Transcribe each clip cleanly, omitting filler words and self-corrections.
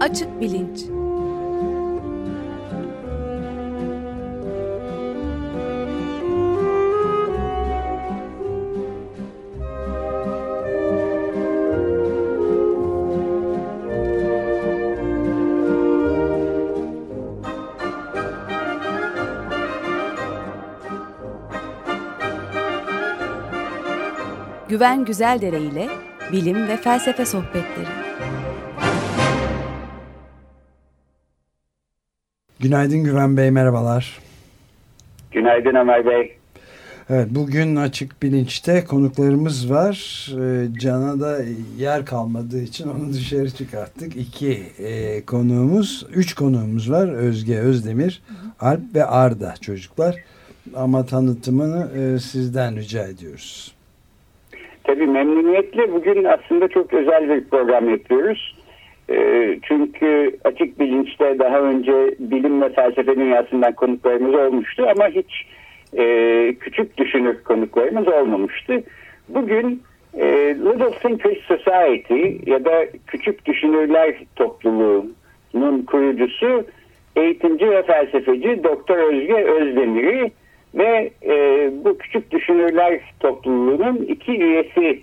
Açık bilinç. Güven Güzeldere ile bilim ve felsefe sohbetleri. Günaydın Güven Bey, merhabalar. Günaydın Ömer Bey. Evet, bugün Açık Bilinç'te konuklarımız var. Can'a da yer kalmadığı için onu dışarı çıkarttık. Üç konuğumuz var. Özge Özdemir, Alp ve Arda çocuklar. Ama tanıtımını sizden rica ediyoruz. Tabii memnuniyetle. Bugün aslında çok özel bir program yapıyoruz. Çünkü Açık Bilinç'te daha önce bilim ve felsefe dünyasından konuklarımız olmuştu ama hiç küçük düşünür konuklarımız olmamıştı. Bugün Little Thinkers Society ya da Küçük Düşünürler Topluluğu'nun kurucusu eğitimci ve felsefeci Doktor Özge Özdemir'i ve bu Küçük Düşünürler Topluluğu'nun iki üyesini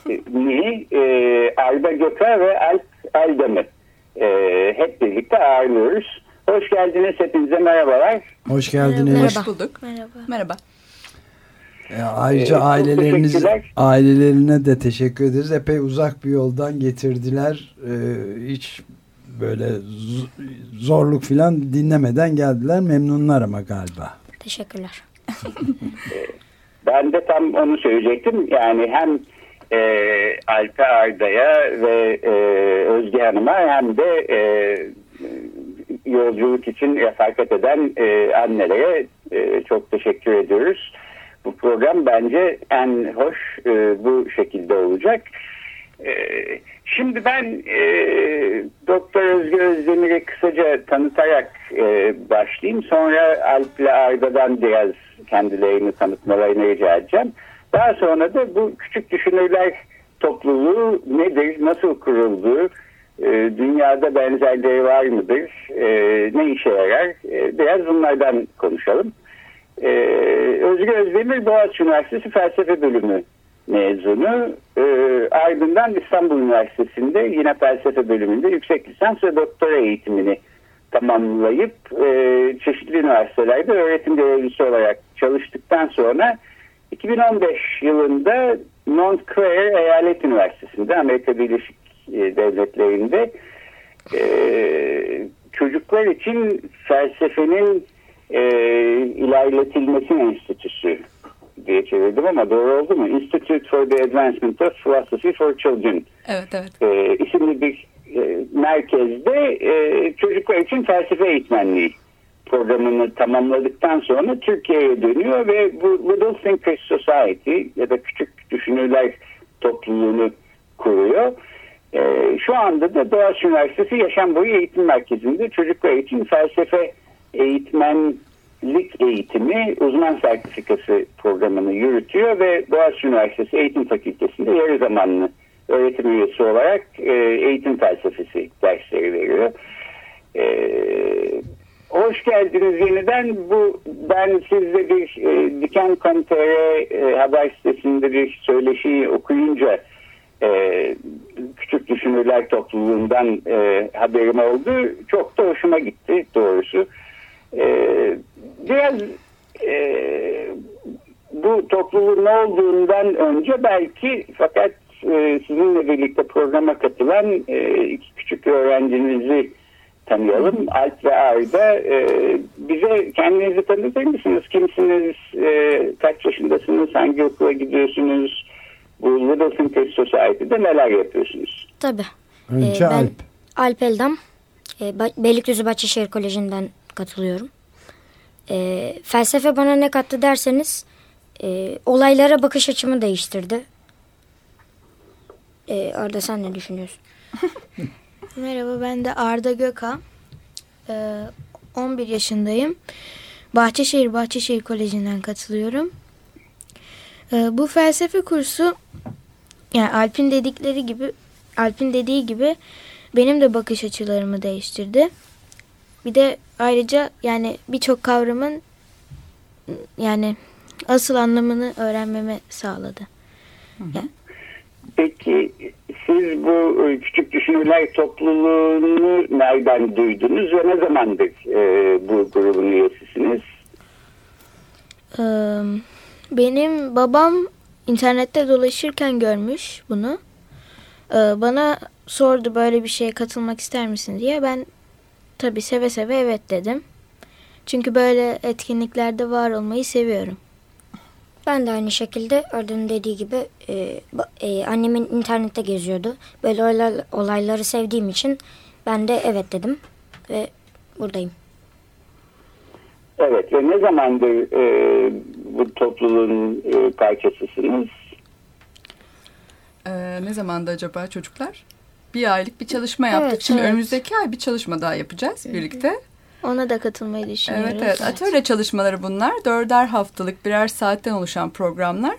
Arda Göka ve Alp Aldem'i hep birlikte ağırlıyoruz. Hoş geldiniz, hepinize merhabalar. Hoş geldiniz. Merhaba. Hoş bulduk. Merhaba. Ayrıca ailelerine de teşekkür ederiz. Epey uzak bir yoldan getirdiler. Hiç böyle zorluk falan dinlemeden geldiler. Memnunlar ama galiba. Teşekkürler. Ben de tam onu söyleyecektim. Yani hem Alp'e, Arda'ya ve Özge Hanım'a hem de yolculuk için refakat eden annelere çok teşekkür ediyoruz. Bu program bence en hoş bu şekilde olacak. Şimdi ben Doktor Özge Özdemir'i kısaca tanıtarak başlayayım. Sonra Alp ile Arda'dan biraz kendilerini tanıtmalarını rica edeceğim. Daha sonra da bu Küçük Düşünürler Topluluğu nedir, nasıl kuruldu, dünyada benzerleri var mıdır, ne işe yarar, biraz bunlardan konuşalım. Özge Özdemir Boğaziçi Üniversitesi Felsefe Bölümü mezunu. Ardından İstanbul Üniversitesi'nde yine felsefe bölümünde yüksek lisans ve doktora eğitimini tamamlayıp çeşitli üniversitelerde öğretim görevlisi olarak çalıştıktan sonra 2015 yılında Montclair Eyalet Üniversitesi'nde Amerika Birleşik Devletleri'nde çocuklar için felsefenin ilerletilmesi enstitüsü diye çevirdim ama doğru oldu mu? Institute for the Advancement of Philosophy for Children. Evet. İsimli bir merkezde çocuklar için felsefe eğitmenliği programını tamamladıktan sonra Türkiye'ye dönüyor ve bu Little Thinkers Society ya da Küçük Düşünürler Topluluğu'nu kuruyor. Şu anda da Boğaziçi Üniversitesi Yaşam Boyu Eğitim Merkezi'nde çocuklar için felsefe eğitmenlik eğitimi uzman sertifikası programını yürütüyor ve Boğaziçi Üniversitesi Eğitim Fakültesi'nde yarı zamanlı öğretim üyesi olarak eğitim felsefesi dersleri veriyor. Hoş geldiniz yeniden. Ben sizde bir Diken.com.tr haber sitesinde bir söyleşiyi okuyunca Küçük Düşünürler Topluluğundan haberim oldu. Çok da hoşuma gitti doğrusu. Biraz bu topluluğun ne olduğundan önce belki fakat sizinle birlikte programa katılan iki küçük öğrencinizi tanıyalım. Alp ve Arda. Bize kendinizi tanıtır mısınız? Kimsiniz? Kaç yaşındasınız? Hangi okula gidiyorsunuz? Bu Little Thinkers Society'de neler yapıyorsunuz? Tabii. Önce ben Alp. Alp Eldam. Beylikdüzü Bahçeşehir Koleji'nden katılıyorum. Felsefe bana ne kattı derseniz olaylara bakış açımı değiştirdi. Arda sen ne düşünüyorsun? Merhaba, ben de Arda Göka. 11 yaşındayım. Bahçeşehir Koleji'nden katılıyorum. Bu felsefe kursu, yani Alp'in dediği gibi benim de bakış açılarımı değiştirdi. Bir de ayrıca yani birçok kavramın yani asıl anlamını öğrenmemi sağladı. Yani, Peki siz bu Küçük Düşünürler topluluğunu nereden duydunuz ve ne zamandır bu grubun üyesisiniz? benim babam internette dolaşırken görmüş bunu. Bana sordu böyle bir şeye katılmak ister misin diye. Ben tabii seve seve evet dedim. Çünkü böyle etkinliklerde var olmayı seviyorum. Ben de aynı şekilde Arda'nın dediği gibi annemin internette geziyordu. Böyle olayları sevdiğim için ben de evet dedim ve buradayım. Evet ve ne zamandır bu topluluğun parçasısınız? Ne zamandı acaba çocuklar? Bir aylık bir çalışma yaptık. Evet, Şimdi evet. önümüzdeki ay bir çalışma daha yapacağız birlikte. Ona da katılmayı düşünüyoruz. Evet. Atölye çalışmaları bunlar. 4'er haftalık birer saatten oluşan programlar.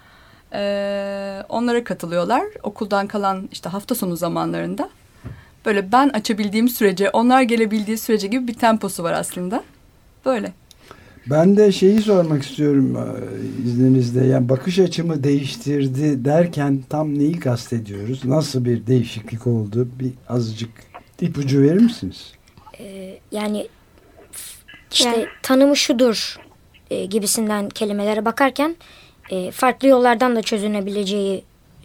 Onlara katılıyorlar. Okuldan kalan işte hafta sonu zamanlarında. Böyle ben açabildiğim sürece, onlar gelebildiği sürece gibi bir temposu var aslında. Böyle. Ben de şeyi sormak istiyorum izninizle. Yani bakış açımı değiştirdi derken tam neyi kastediyoruz? Nasıl bir değişiklik oldu? Bir azıcık ipucu verir misiniz? Yani işte tanımı şudur gibisinden kelimelere bakarken farklı yollardan da çözünebileceği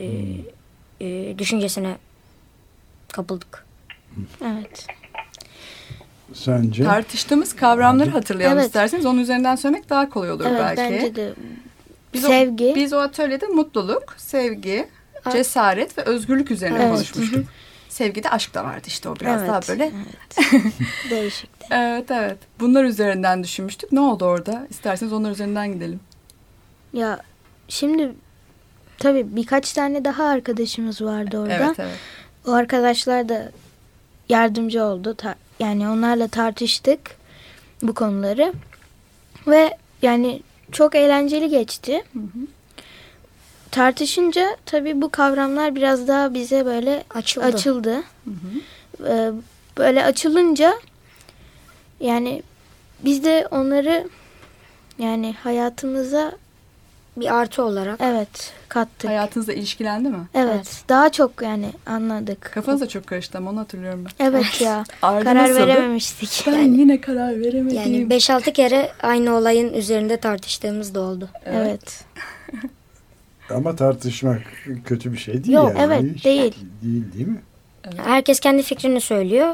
düşüncesine kapıldık. Evet. Sence? Tartıştığımız kavramları hatırlayalım Evet. isterseniz. Onun üzerinden söylemek daha kolay olur Evet, belki. bence de. Biz Sevgi. Biz o atölyede mutluluk, sevgi, cesaret ve özgürlük üzerine Evet. konuşmuştuk. Sevgide aşk da vardı işte o biraz Evet, daha böyle. Evet. Değişikti. Evet. Bunlar üzerinden düşünmüştük. Ne oldu orada? İsterseniz onlar üzerinden gidelim. Ya şimdi tabii birkaç tane daha arkadaşımız vardı orada. Evet. O arkadaşlar da yardımcı oldu. Yani onlarla tartıştık bu konuları. Ve yani çok eğlenceli geçti. Tartışınca tabii bu kavramlar biraz daha bize böyle açıldı. Böyle açılınca yani biz de onları yani hayatımıza Bir artı olarak. evet kattık. Hayatınızla ilişkilendi mi? Evet. Daha çok yani anladık. Kafanız da çok karıştı ama onu hatırlıyorum ben. Evet ya. Arda Karar nasıldı? verememiştik. Ben yine karar veremedim. Yani 5-6 kere aynı olayın üzerinde tartıştığımız da oldu. Evet. Ama tartışmak kötü bir şey değil Yok, yani. evet, Hiç değil. Değil mi? Herkes kendi fikrini söylüyor.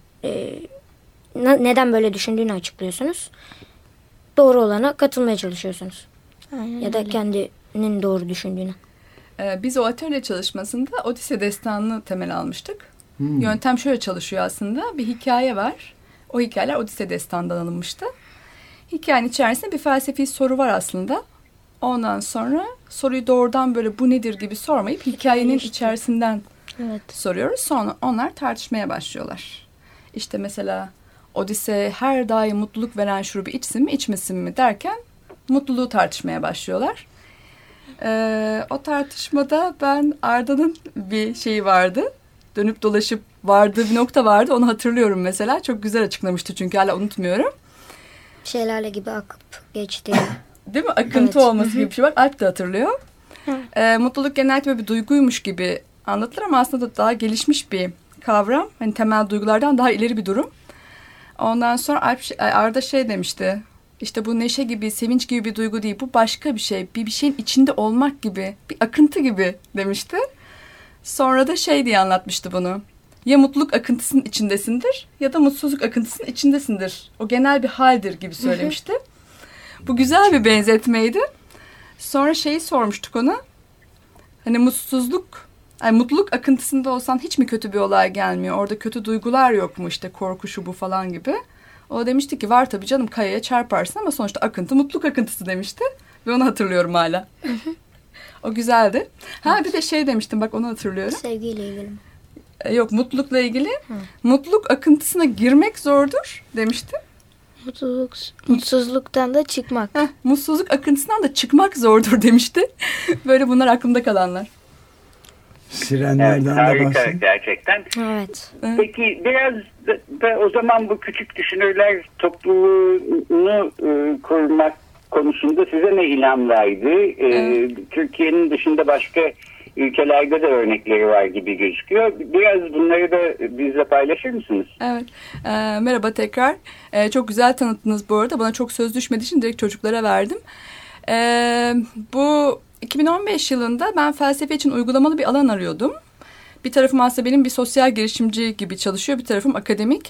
Neden böyle düşündüğünü açıklıyorsunuz. Doğru olana katılmaya çalışıyorsunuz. Aynen Ya da öyle. kendinin doğru düşündüğüne. Biz o atölye çalışmasında Odise destanını temel almıştık. Yöntem şöyle çalışıyor aslında. Bir hikaye var. O hikayeler Odise destanından alınmıştı. Hikayenin içerisinde bir felsefi soru var aslında. Ondan sonra soruyu doğrudan böyle bu nedir gibi sormayıp hikayenin içerisinden soruyoruz. Sonra onlar tartışmaya başlıyorlar. İşte mesela Odise her daim mutluluk veren şurubu içsin mi içmesin mi derken mutluluğu tartışmaya başlıyorlar. O tartışmada ben Arda'nın bir şeyi vardı. Dönüp dolaşıp vardığı bir nokta vardı. Onu hatırlıyorum mesela. Çok güzel açıklamıştı çünkü hala unutmuyorum. Şelale gibi akıp geçti. Değil mi? Akıntı olması gibi bir şey var. Alp de hatırlıyor. Mutluluk genellikle bir duyguymuş gibi anlatılır ama aslında daha gelişmiş bir kavram. Hani temel duygulardan daha ileri bir durum. Ondan sonra Arda şey demişti. İşte bu neşe gibi, sevinç gibi bir duygu değil. Bu başka bir şey. Bir şeyin içinde olmak gibi, bir akıntı gibi demişti. Sonra da şey diye anlatmıştı bunu. Ya mutluluk akıntısının içindesindir ya da mutsuzluk akıntısının içindesindir. O genel bir haldir gibi söylemişti. Bu güzel bir benzetmeydi. Sonra şeyi sormuştuk ona. Hani mutluluk akıntısında olsan hiç mi kötü bir olay gelmiyor? Orada kötü duygular yok mu işte korku şu bu falan gibi. O demişti ki var tabii canım kayaya çarparsın ama sonuçta akıntı mutluluk akıntısı demişti. Ve onu hatırlıyorum hala. O güzeldi. Bir de şey demiştim bak onu hatırlıyorum. Sevgiyle ilgili mi? Yok mutlulukla ilgili. Mutluluk akıntısına girmek zordur demişti. Mutsuzluktan da çıkmak. Mutsuzluk akıntısından da çıkmak zordur demişti. Böyle bunlar aklımda kalanlar. Sirenlerden evet, de harika bahsedin. gerçekten. Evet. Peki biraz da o zaman bu küçük düşünürler topluluğunu kurmak konusunda size ne ilham verdi? Türkiye'nin dışında başka ülkelerde de örnekleri var gibi gözüküyor. Biraz bunları da bizle paylaşır mısınız? Evet. Merhaba tekrar. Çok güzel tanıttınız bu arada. Bana çok söz düşmediği için direkt çocuklara verdim. Bu 2015 yılında ben felsefe için uygulamalı bir alan arıyordum. Bir tarafım aslında benim bir sosyal girişimci gibi çalışıyor. Bir tarafım akademik.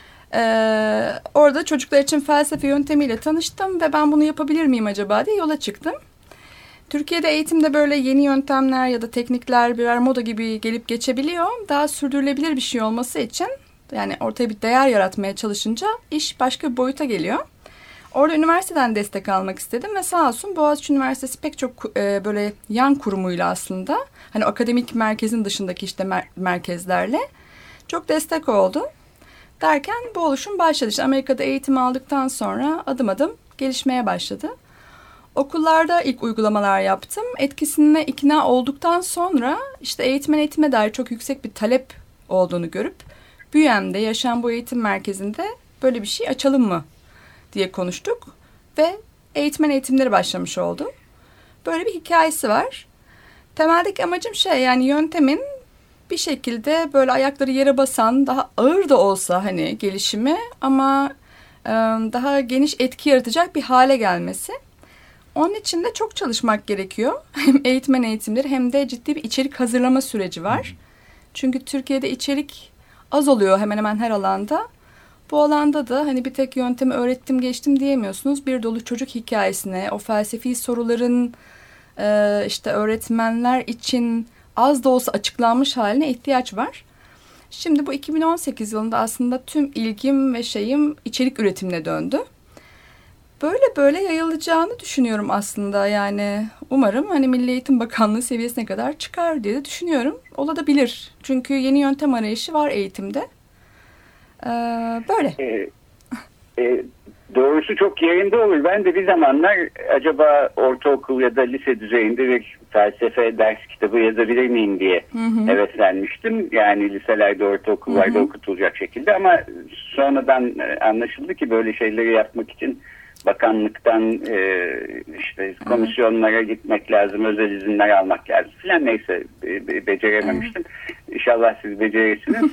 Orada çocuklar için felsefe yöntemiyle tanıştım ve ben bunu yapabilir miyim acaba diye yola çıktım. Türkiye'de eğitimde böyle yeni yöntemler ya da teknikler birer moda gibi gelip geçebiliyor. Daha sürdürülebilir bir şey olması için yani ortaya bir değer yaratmaya çalışınca iş başka bir boyuta geliyor. Orada üniversiteden destek almak istedim ve sağ olsun Boğaziçi Üniversitesi pek çok böyle yan kurumuyla aslında hani akademik merkezin dışındaki işte merkezlerle çok destek oldu. Derken bu oluşum başladı. İşte Amerika'da eğitim aldıktan sonra adım adım gelişmeye başladı. Okullarda ilk uygulamalar yaptım. Etkisine ikna olduktan sonra işte eğitime dair çok yüksek bir talep olduğunu görüp BÜYEM'de Yaşam Bu Eğitim Merkezi'nde böyle bir şey açalım mı diye konuştuk ve eğitimleri başlamış oldu. Böyle bir hikayesi var. Temeldeki amacım yani yöntemin bir şekilde böyle ayakları yere basan daha ağır da olsa hani gelişimi ama daha geniş etki yaratacak bir hale gelmesi. Onun için de çok çalışmak gerekiyor. Hem eğitimleri hem de ciddi bir içerik hazırlama süreci var. Çünkü Türkiye'de içerik az oluyor hemen hemen her alanda. Bu alanda da hani bir tek yöntemi öğrettim geçtim diyemiyorsunuz. Bir dolu çocuk hikayesine, o felsefi soruların işte öğretmenler için az da olsa açıklanmış haline ihtiyaç var. Şimdi bu 2018 yılında aslında tüm ilgim ve içerik üretimine döndü. Böyle yayılacağını düşünüyorum aslında yani umarım hani Milli Eğitim Bakanlığı seviyesine kadar çıkar diye de düşünüyorum. Olabilir çünkü yeni yöntem arayışı var eğitimde. Böyle. Doğrusu çok yerinde olur. Ben de bir zamanlar acaba ortaokul ya da lise düzeyinde bir felsefe ders kitabı yazabilir miyim diye heveslenmiştim. Yani liselerde, ortaokullarda okutulacak şekilde ama sonradan anlaşıldı ki böyle şeyleri yapmak için bakanlıktan işte komisyonlara gitmek lazım, özel izinler almak lazım filan neyse becerememiştim. İnşallah siz becerirsiniz.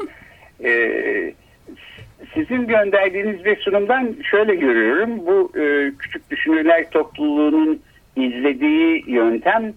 Sizin gönderdiğiniz bir sunumdan şöyle görüyorum. Bu küçük düşünürler topluluğunun izlediği yöntem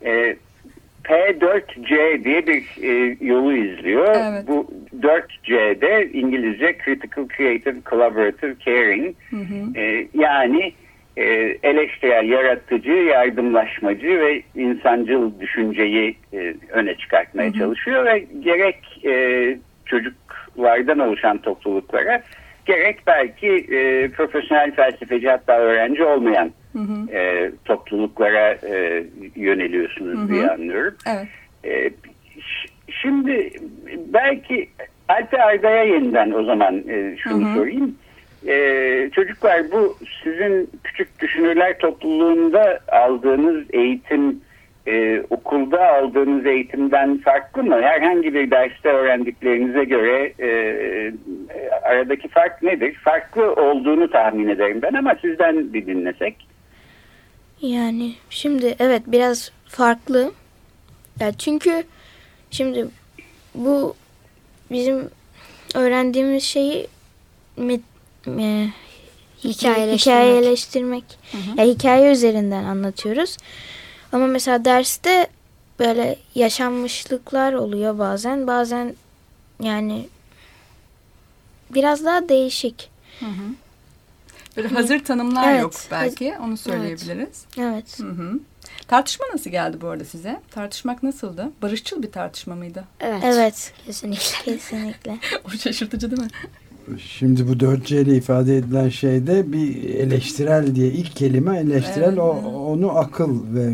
P4C diye bir yolu izliyor. Evet. Bu 4C'de İngilizce Critical, Creative, Collaborative, Caring. Yani eleştirel, yaratıcı, yardımlaşmacı ve insancıl düşünceyi öne çıkartmaya çalışıyor ve gerek çocuklardan oluşan topluluklara gerek belki profesyonel felsefeci hatta öğrenci olmayan topluluklara yöneliyorsunuz diye anlıyorum. Evet. Şimdi belki Alper Arda'ya yeniden o zaman şunu sorayım. Çocuklar bu sizin küçük düşünürler topluluğunda aldığınız eğitim okulda aldığınız eğitimden farklı mı? Herhangi bir derste öğrendiklerinize göre aradaki fark nedir? Farklı olduğunu tahmin ederim ben ama sizden bir dinlesek. Yani şimdi evet biraz farklı. Ya çünkü şimdi bu bizim öğrendiğimiz şeyi hikayeleştirmek. Yani hikaye üzerinden anlatıyoruz. Ama mesela derste böyle yaşanmışlıklar oluyor bazen. Bazen yani biraz daha değişik. Böyle hazır tanımlar evet, yok belki. Onu söyleyebiliriz. Evet. Tartışma nasıl geldi bu arada size? Tartışmak nasıldı? Barışçıl bir tartışma mıydı? Evet. Kesinlikle. O şaşırtıcı değil mi? Şimdi bu 4C ile ifade edilen şeyde bir eleştirel diye ilk kelime eleştirel evet. Onu akıl ve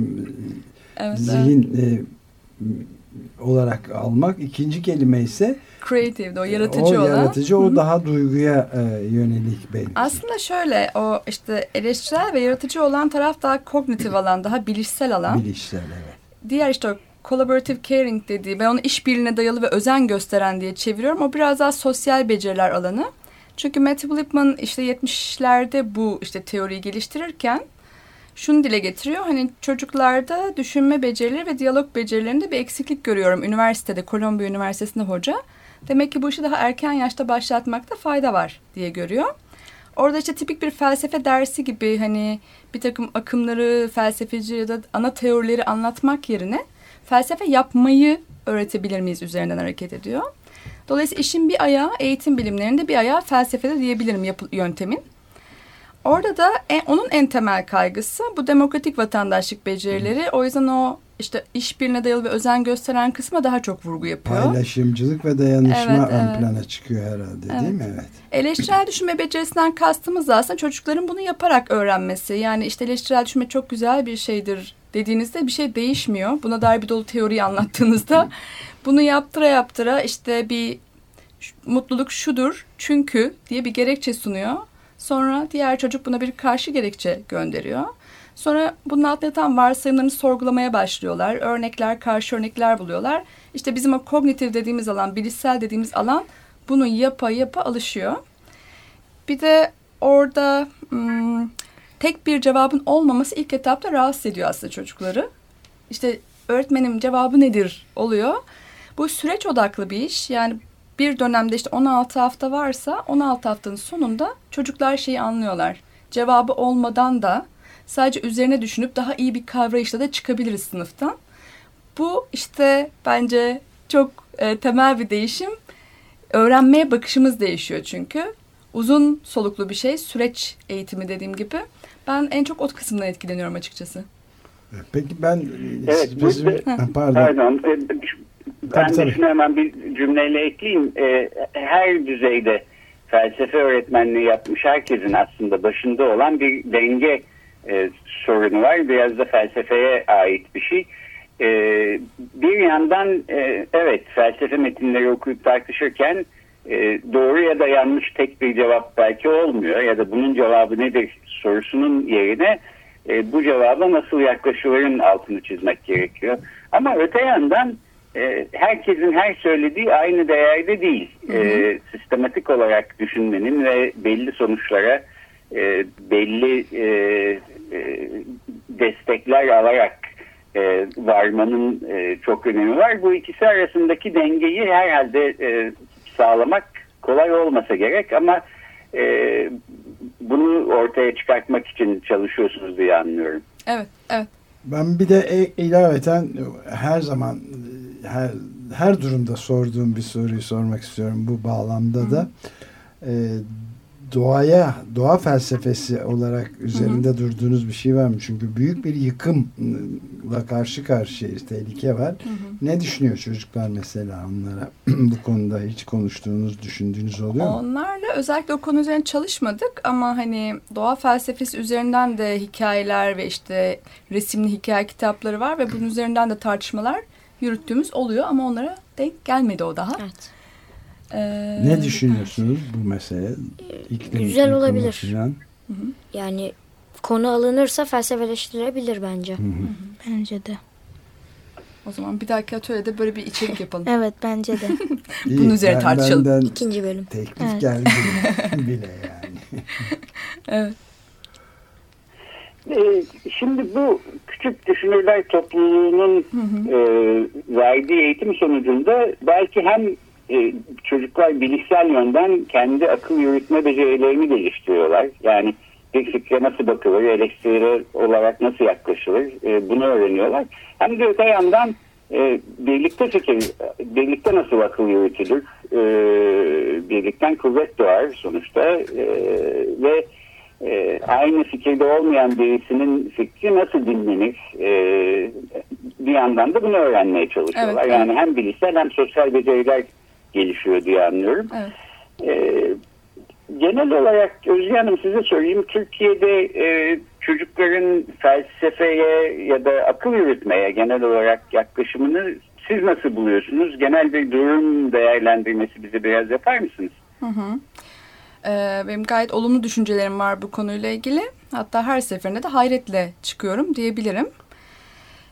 zihin olarak almak. İkinci kelime ise creative, o yaratıcı olan. Yaratıcı, o daha duyguya yönelik belki. Aslında şöyle o işte eleştirel ve yaratıcı olan taraf daha kognitif alan, daha bilişsel alan. Bilişsel evet. Diğer işte o collaborative caring dediği, ben onu işbirliğine dayalı ve özen gösteren diye çeviriyorum. O biraz daha sosyal beceriler alanı. Çünkü Matthew Lipman işte 70'lerde bu işte teoriyi geliştirirken şunu dile getiriyor. Hani çocuklarda düşünme becerileri ve diyalog becerilerinde bir eksiklik görüyorum. Üniversitede, Columbia Üniversitesi'nde hoca. Demek ki bu işi daha erken yaşta başlatmakta fayda var diye görüyor. Orada işte tipik bir felsefe dersi gibi hani bir takım akımları, felsefeci ya da ana teorileri anlatmak yerine felsefe yapmayı öğretebilir miyiz üzerinden hareket ediyor. Dolayısıyla işin bir ayağı eğitim bilimlerinde, bir ayağı felsefede diyebilirim yöntemin. Orada da onun en temel kaygısı bu demokratik vatandaşlık becerileri. O yüzden o işte işbirliğine dayalı ve özen gösteren kısma daha çok vurgu yapıyor. Paylaşımcılık ve dayanışma ön plana çıkıyor herhalde, değil mi? Evet. Eleştirel düşünme becerisinden kastımız da aslında çocukların bunu yaparak öğrenmesi. Yani işte eleştirel düşünme çok güzel bir şeydir dediğinizde bir şey değişmiyor. Buna dair bir dolu teoriyi anlattığınızda bunu yaptıra yaptıra işte bir mutluluk şudur çünkü diye bir gerekçe sunuyor. Sonra diğer çocuk buna bir karşı gerekçe gönderiyor. Sonra bunun altında tam varsayımlarını sorgulamaya başlıyorlar. Örnekler, karşı örnekler buluyorlar. İşte bizim o kognitif dediğimiz alan, bilişsel dediğimiz alan bunu yapa yapa alışıyor. Bir de orada tek bir cevabın olmaması ilk etapta rahatsız ediyor aslında çocukları. İşte öğretmenim cevabı nedir oluyor. Bu süreç odaklı bir iş. Yani bir dönemde işte 16 hafta varsa 16 haftanın sonunda çocuklar şeyi anlıyorlar. Cevabı olmadan da sadece üzerine düşünüp daha iyi bir kavrayışla da çıkabiliriz sınıftan. Bu işte bence çok temel bir değişim. Öğrenmeye bakışımız değişiyor çünkü. Uzun soluklu bir şey, süreç eğitimi dediğim gibi. Ben en çok o kısımdan etkileniyorum açıkçası. Peki ben... Evet, pardon. Ben de şunu hemen bir cümleyle ekleyeyim. Her düzeyde felsefe öğretmenliği yapmış herkesin aslında başında olan bir denge sorunu var. Biraz da felsefeye ait bir şey. Bir yandan evet felsefe metinleri okuyup tartışırken doğru ya da yanlış tek bir cevap belki olmuyor ya da bunun cevabı nedir sorusunun yerine bu cevaba nasıl yaklaşılırın altını çizmek gerekiyor. Ama öte yandan herkesin her söylediği aynı değerde değil. Sistematik olarak düşünmenin ve belli sonuçlara belli destekler alarak varmanın çok önemi var. Bu ikisi arasındaki dengeyi herhalde sağlamak kolay olmasa gerek ama bunu ortaya çıkartmak için çalışıyorsunuz diye anlıyorum. Evet, evet. Ben bir de ilaveten her zaman her durumda sorduğum bir soruyu sormak istiyorum bu bağlamda da. Doğa felsefesi olarak üzerinde durduğunuz bir şey var mı? Çünkü büyük bir yıkımla karşı karşıyayız, tehlike var. Ne düşünüyor çocuklar mesela onlara? Bu konuda hiç konuştuğunuz, düşündüğünüz oluyor mu? Onlarla özellikle o konu üzerine çalışmadık ama hani doğa felsefesi üzerinden de hikayeler ve işte resimli hikaye kitapları var ve bunun üzerinden de tartışmalar yürüttüğümüz oluyor ama onlara denk gelmedi o daha. Evet. Ne düşünüyorsunuz bu mesele? Güzel olabilir. Yani konu alınırsa felsefeleştirilebilir bence. Bence de. O zaman bir dahaki atölyede böyle bir içerik yapalım. Evet bence de. Bunun üzerine tartışalım. İkinci bölüm. Teklif geldi bile yani. Evet. Şimdi bu küçük düşünürler topluluğunun verdiği eğitim sonucunda belki hem çocuklar bilişsel yönden kendi akıl yürütme becerilerini geliştiriyorlar. Yani bir fikre nasıl bakılır, eleştiri olarak nasıl yaklaşılır bunu öğreniyorlar. Hem de öte yandan birlikte nasıl akıl yürütülür, birlikten kuvvet doğar sonuçta ve aynı fikirde olmayan birisinin fikri nasıl dinlenir bir yandan da bunu öğrenmeye çalışıyorlar. Evet, yani hem bilişsel hem sosyal beceriler gelişiyor diye anlıyorum. Evet. Genel olarak Özge Hanım size sorayım. Türkiye'de çocukların felsefeye ya da akıl yürütmeye genel olarak yaklaşımını siz nasıl buluyorsunuz? Genel bir durum değerlendirmesi bize biraz yapar mısınız? Benim gayet olumlu düşüncelerim var bu konuyla ilgili. Hatta her seferinde de hayretle çıkıyorum diyebilirim.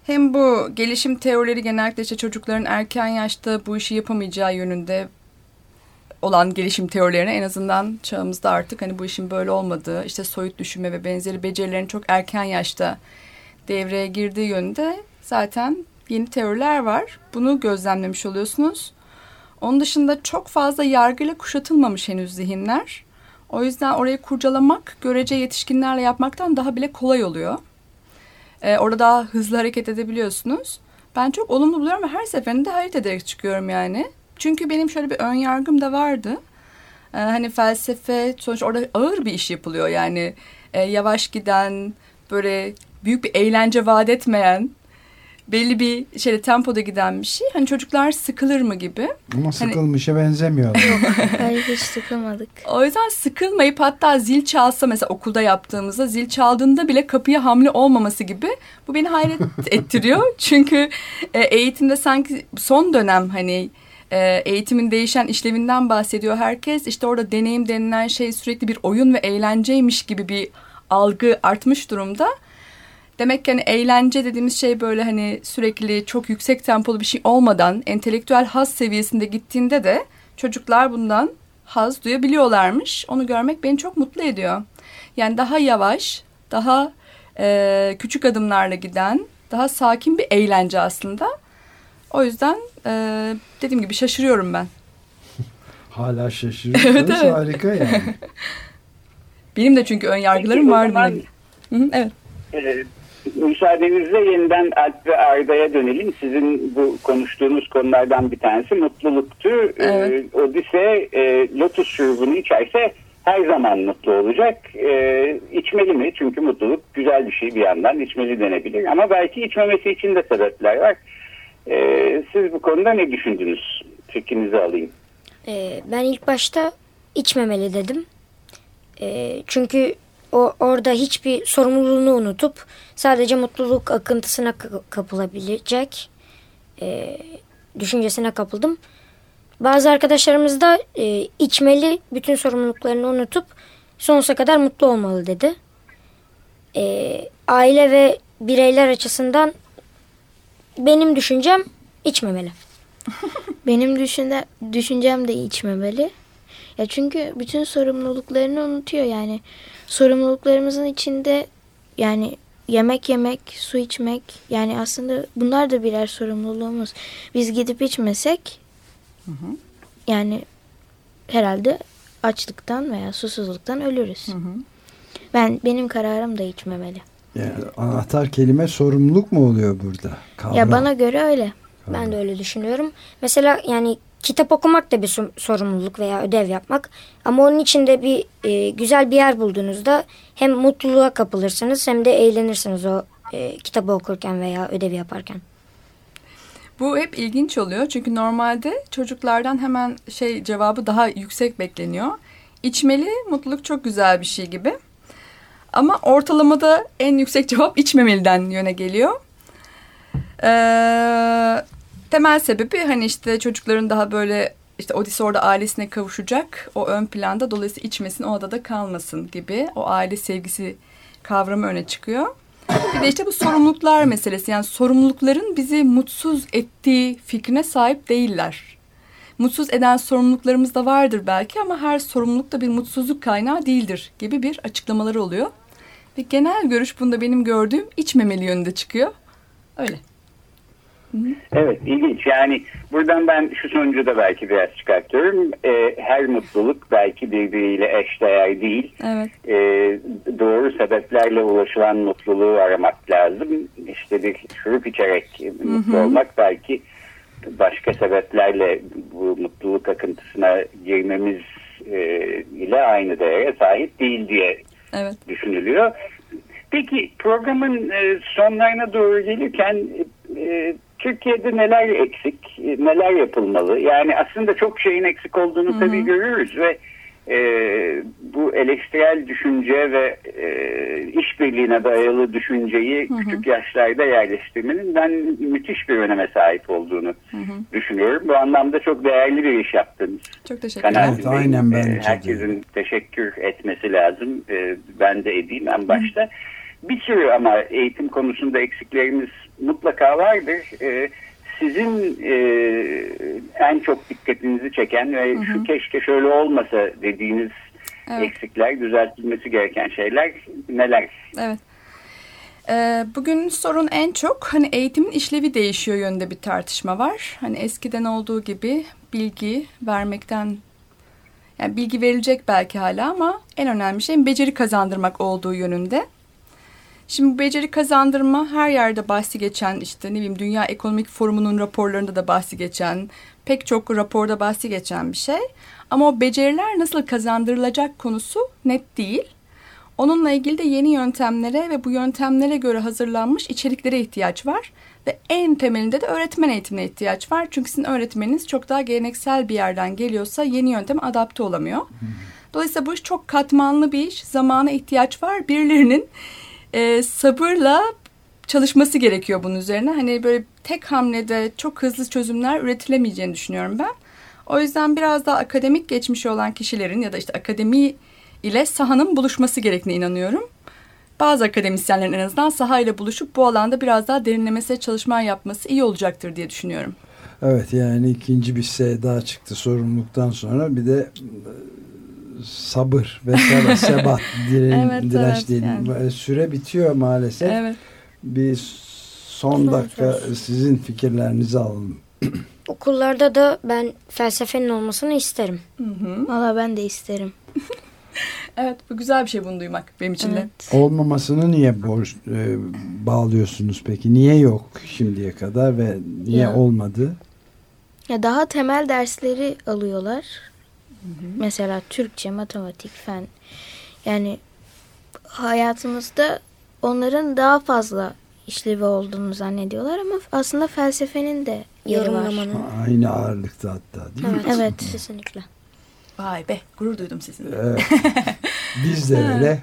hem bu gelişim teorileri genellikle işte çocukların erken yaşta bu işi yapamayacağı yönünde olan gelişim teorilerine, en azından çağımızda artık hani bu işin böyle olmadığı, işte soyut düşünme ve benzeri becerilerin çok erken yaşta devreye girdiği yönünde zaten yeni teoriler var. Bunu gözlemlemiş oluyorsunuz. Onun dışında çok fazla yargıyla kuşatılmamış henüz zihinler. O yüzden orayı kurcalamak görece yetişkinlerle yapmaktan daha bile kolay oluyor. Orada daha hızlı hareket edebiliyorsunuz. Ben çok olumlu buluyorum ve her seferinde hayret ederek çıkıyorum yani. Çünkü benim şöyle bir ön yargım da vardı. Hani felsefe sonuçta orada ağır bir iş yapılıyor yani. Yavaş giden, böyle büyük bir eğlence vaat etmeyen, belli bir tempoda giden bir şey. Hani çocuklar sıkılır mı gibi. Ama sıkılmışa benzemiyor. Hayır, hiç sıkılmadık. O yüzden sıkılmayıp, hatta zil çalsa mesela okulda yaptığımızda zil çaldığında bile kapıya hamle olmaması gibi, bu beni hayret ettiriyor. Çünkü eğitimde sanki son dönem hani eğitimin değişen işlevinden bahsediyor herkes. İşte orada deneyim denilen şey sürekli bir oyun ve eğlenceymiş gibi bir algı artmış durumda. Demek ki hani eğlence dediğimiz şey böyle hani sürekli çok yüksek tempolu bir şey olmadan entelektüel haz seviyesinde gittiğinde de çocuklar bundan haz duyabiliyorlarmış. Onu görmek beni çok mutlu ediyor. Yani daha yavaş, daha küçük adımlarla giden, daha sakin bir eğlence aslında. O yüzden dediğim gibi şaşırıyorum ben. Hala şaşırıyorsunuz. Evet. Harika yani. Benim de çünkü ön yargılarım vardı. Evet. Müsaadenizle yeniden Alp ve Arda'ya dönelim. Sizin bu konuştuğunuz konulardan bir tanesi mutluluktu. Evet. Odise lotus şurubunu içerse her zaman mutlu olacak. İçmeli mi? Çünkü mutluluk güzel bir şey, bir yandan içmeli denebilir. Ama belki içmemesi için de sebepler var. Siz bu konuda ne düşündünüz? Fikrinizi alayım. Ben ilk başta içmemeli dedim. Çünkü orada hiçbir sorumluluğunu unutup sadece mutluluk akıntısına kapılabilecek düşüncesine kapıldım. Bazı arkadaşlarımız da içmeli, bütün sorumluluklarını unutup sonsuza kadar mutlu olmalı dedi. Aile ve bireyler açısından benim düşüncem içmemeli. Benim düşüncem de içmemeli. Ya çünkü bütün sorumluluklarını unutuyor yani. Sorumluluklarımızın içinde yani yemek yemek, su içmek, yani aslında bunlar da birer sorumluluğumuz. Biz gidip içmesek yani herhalde açlıktan veya susuzluktan ölürüz. Benim kararım da içmemeli. Yani anahtar kelime sorumluluk mu oluyor burada? Kavram. Ya bana göre öyle. Ben de öyle düşünüyorum. Mesela yani kitap okumak da bir sorumluluk veya ödev yapmak. Ama onun içinde bir güzel bir yer bulduğunuzda hem mutluluğa kapılırsınız hem de eğlenirsiniz o kitabı okurken veya ödevi yaparken. Bu hep ilginç oluyor. Çünkü normalde çocuklardan hemen cevabı daha yüksek bekleniyor. İçmeli, mutluluk çok güzel bir şey gibi. Ama ortalamada en yüksek cevap içmemeliden yöne geliyor. Temel sebebi hani işte çocukların daha böyle işte Odise orada ailesine kavuşacak, o ön planda, dolayısıyla içmesin, o adada kalmasın gibi o aile sevgisi kavramı öne çıkıyor. Bir de işte bu sorumluluklar meselesi, yani sorumlulukların bizi mutsuz ettiği fikrine sahip değiller. Mutsuz eden sorumluluklarımız da vardır belki ama her sorumluluk da bir mutsuzluk kaynağı değildir gibi bir açıklamaları oluyor. Ve genel görüş bunda benim gördüğüm içmemeli yönünde çıkıyor. Öyle. Evet, ilginç. Yani buradan ben şu sonucu da belki biraz çıkartıyorum. Her mutluluk belki birbiriyle eşdeğer değil. Evet. Doğru sebeplerle ulaşılan mutluluğu aramak lazım. İşte bir şurup içerek mutlu olmak belki başka sebeplerle bu mutluluk akıntısına girmemiz ile aynı değere sahip değil diye düşünülüyor. Peki programın sonlarına doğru gelirken Türkiye'de neler eksik, neler yapılmalı? Yani aslında çok şeyin eksik olduğunu tabii görüyoruz ve bu eleştirel düşünce ve işbirliğine dayalı düşünceyi küçük yaşlarda yerleştirmenin ben müthiş bir öneme sahip olduğunu düşünüyorum. Bu anlamda çok değerli bir iş yaptınız. Çok teşekkür ederim. Evet, aynen bence. Herkesin teşekkür etmesi lazım. Ben de edeyim en başta. bir sürü ama eğitim konusunda eksiklerimiz mutlaka vardır. Sizin en çok dikkatinizi çeken ve şu keşke şöyle olmasa dediğiniz eksikler, düzeltilmesi gereken şeyler neler? Evet. Bugün sorun en çok hani eğitimin işlevi değişiyor yönünde bir tartışma var. Hani eskiden olduğu gibi bilgi vermekten, yani bilgi verilecek belki hala ama en önemli şey beceri kazandırmak olduğu yönünde. Şimdi bu beceri kazandırma her yerde bahsi geçen, işte ne bileyim Dünya Ekonomik Forumu'nun raporlarında da bahsi geçen, pek çok raporda bahsi geçen bir şey. Ama o beceriler nasıl kazandırılacak konusu net değil. Onunla ilgili de yeni yöntemlere ve bu yöntemlere göre hazırlanmış içeriklere ihtiyaç var. Ve en temelinde de öğretmen eğitimine ihtiyaç var. Çünkü sizin öğretmeniniz çok daha geleneksel bir yerden geliyorsa yeni yönteme adapte olamıyor. Dolayısıyla bu iş çok katmanlı bir iş. Zamana ihtiyaç var. Birilerinin sabırla çalışması gerekiyor bunun üzerine. Hani böyle tek hamlede çok hızlı çözümler üretilemeyeceğini düşünüyorum ben. O yüzden biraz daha akademik geçmişi olan kişilerin ya da işte akademi ile sahanın buluşması gerektiğine inanıyorum. Bazı akademisyenlerin en azından sahayla buluşup bu alanda biraz daha derinlemesine çalışma yapması iyi olacaktır diye düşünüyorum. Evet, yani ikinci bir şey daha çıktı sorumluluktan sonra, bir de sabır ve sebat direnç diyelim. Yani. Süre bitiyor maalesef. Evet. Bir son dakika sizin fikirlerinizi alalım. Okullarda da ben felsefenin olmasını isterim. Valla ben de isterim. Evet, bu güzel bir şey bunu duymak benim için de. Olmamasını niye bağlıyorsunuz peki? Niye yok şimdiye kadar ve niye olmadı? Ya daha temel dersleri alıyorlar. Mesela Türkçe, matematik, fen. Yani hayatımızda onların daha fazla işlevi olduğunu zannediyorlar ama aslında felsefenin de yeri var. Aynı ağırlıkta hatta, değil mi? Evet, kesinlikle. Vay be, gurur duydum sizinle. Evet. Biz de öyle.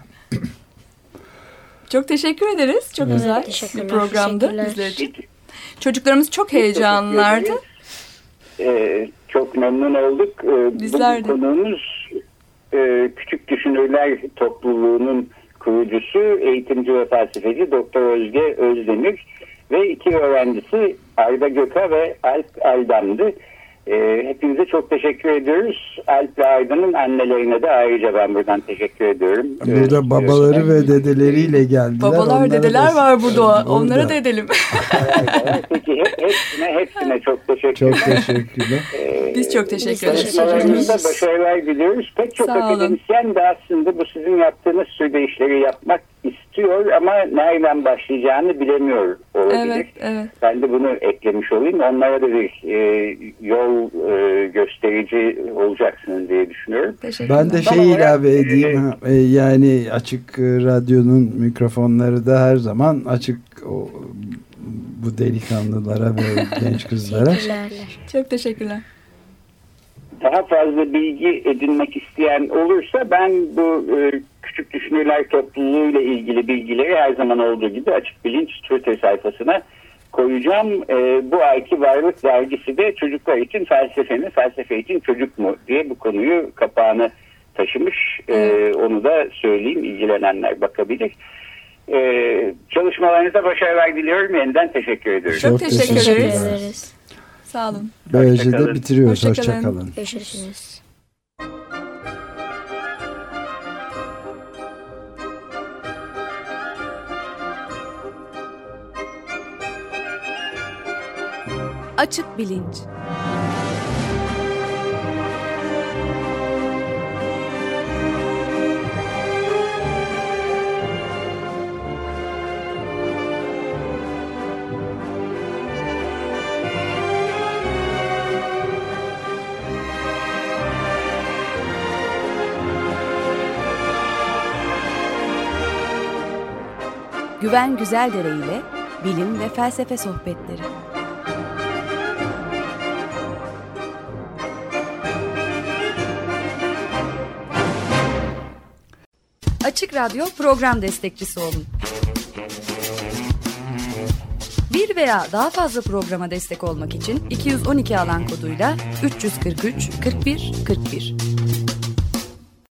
çok teşekkür ederiz. Çok güzel bir programdı bizler için. Çocuklarımız çok heyecanlılardı. Çok memnun olduk. Bizler de. Bu konuğumuz Küçük Düşünürler Topluluğu'nun kurucusu, eğitimci ve felsefeci Doktor Özge Özdemir ve 2 öğrencisi Arda Göka ve Alp Aldam'dı. Hepinize çok teşekkür ediyoruz. Alp ve Arda'nın annelerine de ayrıca ben buradan teşekkür ediyorum. Burada babaları ve dedeleriyle geldiler. Babalar, dedeler var burada. Onlara da edelim. Peki hepsine çok teşekkürler. Çok teşekkürler. Biz çok teşekkür ederiz. Çalışmalarınızda başarılar diliyoruz. Pek çok akademisyen de aslında bu sizin yaptığınız türde işleri yapmak istiyor ama nereden başlayacağını bilemiyor olabilir. Evet. Ben de bunu eklemiş olayım. Onlara da bir yol gösterici olacaksınız diye düşünüyorum. Ben de ilave edeyim. Yani Açık Radyo'nun mikrofonları da her zaman açık bu delikanlılara ve genç kızlara. Çok teşekkürler. Daha fazla bilgi edinmek isteyen olursa ben bu Küçük Düşünürler Topluluğu ile ilgili bilgileri her zaman olduğu gibi Açık Bilinç Twitter sayfasına koyacağım. Bu ayki Varlık dergisi de çocuklar için felsefe mi, felsefe için çocuk mu diye bu konuyu kapağını taşımış. Onu da söyleyeyim, ilgilenenler bakabilir. Çalışmalarınıza başarılar diliyorum. Yeniden teşekkür ediyorum. Çok teşekkür ederiz. Sağ olun. Böylece de bitiriyoruz. Hoşçakalın. Görüşürüz. Açık Bilinç. Güven Güzeldere ile bilim ve felsefe sohbetleri. Açık Radyo program destekçisi olun. Bir veya daha fazla programa destek olmak için 212 alan koduyla 343 41 41